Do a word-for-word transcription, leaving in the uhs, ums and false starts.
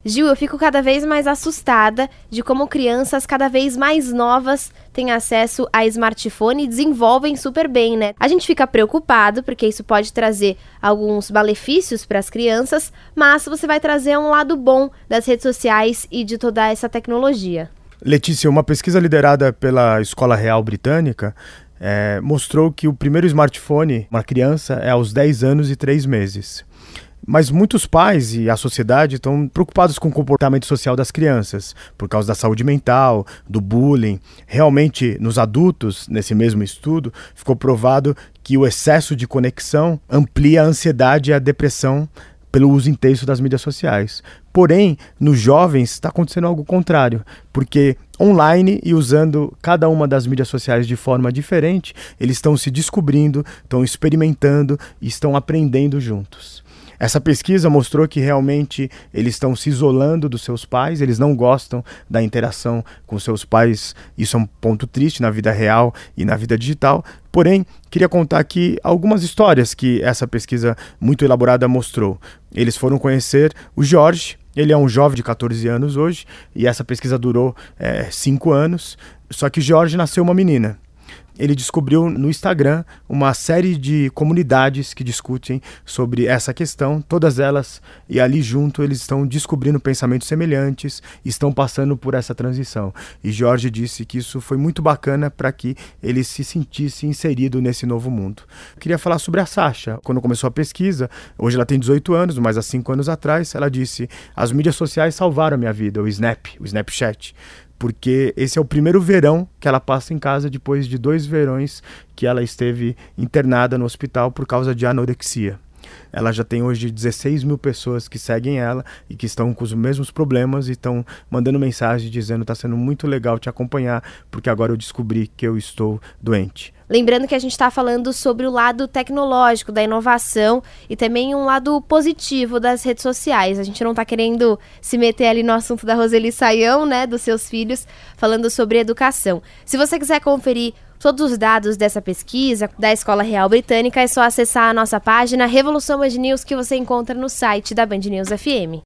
Gil, eu fico cada vez mais assustada de como crianças cada vez mais novas têm acesso a smartphone e desenvolvem super bem, né? A gente fica preocupado porque isso pode trazer alguns malefícios para as crianças, mas você vai trazer um lado bom das redes sociais e de toda essa tecnologia. Letícia, uma pesquisa liderada pela Escola Real Britânica é, mostrou que o primeiro smartphone, uma criança, é aos dez anos e três meses. Mas muitos pais e a sociedade estão preocupados com o comportamento social das crianças, por causa da saúde mental, do bullying. Realmente, nos adultos, nesse mesmo estudo, ficou provado que o excesso de conexão amplia a ansiedade e a depressão pelo uso intenso das mídias sociais. Porém, nos jovens está acontecendo algo contrário, porque online e usando cada uma das mídias sociais de forma diferente, eles estão se descobrindo, estão experimentando e estão aprendendo juntos. Essa pesquisa mostrou que realmente eles estão se isolando dos seus pais, eles não gostam da interação com seus pais. Isso é um ponto triste na vida real e na vida digital. Porém, queria contar aqui algumas histórias que essa pesquisa muito elaborada mostrou. Eles foram conhecer o Jorge. Ele é um jovem de catorze anos hoje e essa pesquisa durou é, cinco anos. Só que Jorge nasceu uma menina. Ele descobriu no Instagram uma série de comunidades que discutem sobre essa questão, todas elas, e ali junto eles estão descobrindo pensamentos semelhantes, estão passando por essa transição. E Jorge disse que isso foi muito bacana para que ele se sentisse inserido nesse novo mundo. Eu queria falar sobre a Sasha. Quando começou a pesquisa, hoje ela tem dezoito anos, mas há cinco anos atrás, ela disse: as mídias sociais salvaram a minha vida, o Snap, o Snapchat. Porque esse é o primeiro verão que ela passa em casa depois de dois verões que ela esteve internada no hospital por causa de anorexia. Ela já tem hoje dezesseis mil pessoas que seguem ela e que estão com os mesmos problemas e estão mandando mensagem dizendo: está sendo muito legal te acompanhar porque agora eu descobri que eu estou doente. Lembrando que a gente está falando sobre o lado tecnológico, da inovação e também um lado positivo das redes sociais. A gente não está querendo se meter ali no assunto da Roseli Saião, né, dos seus filhos, falando sobre educação. Se você quiser conferir todos os dados dessa pesquisa da Escola Real Britânica, é só acessar a nossa página Revolução Band News, que você encontra no site da Band News F M.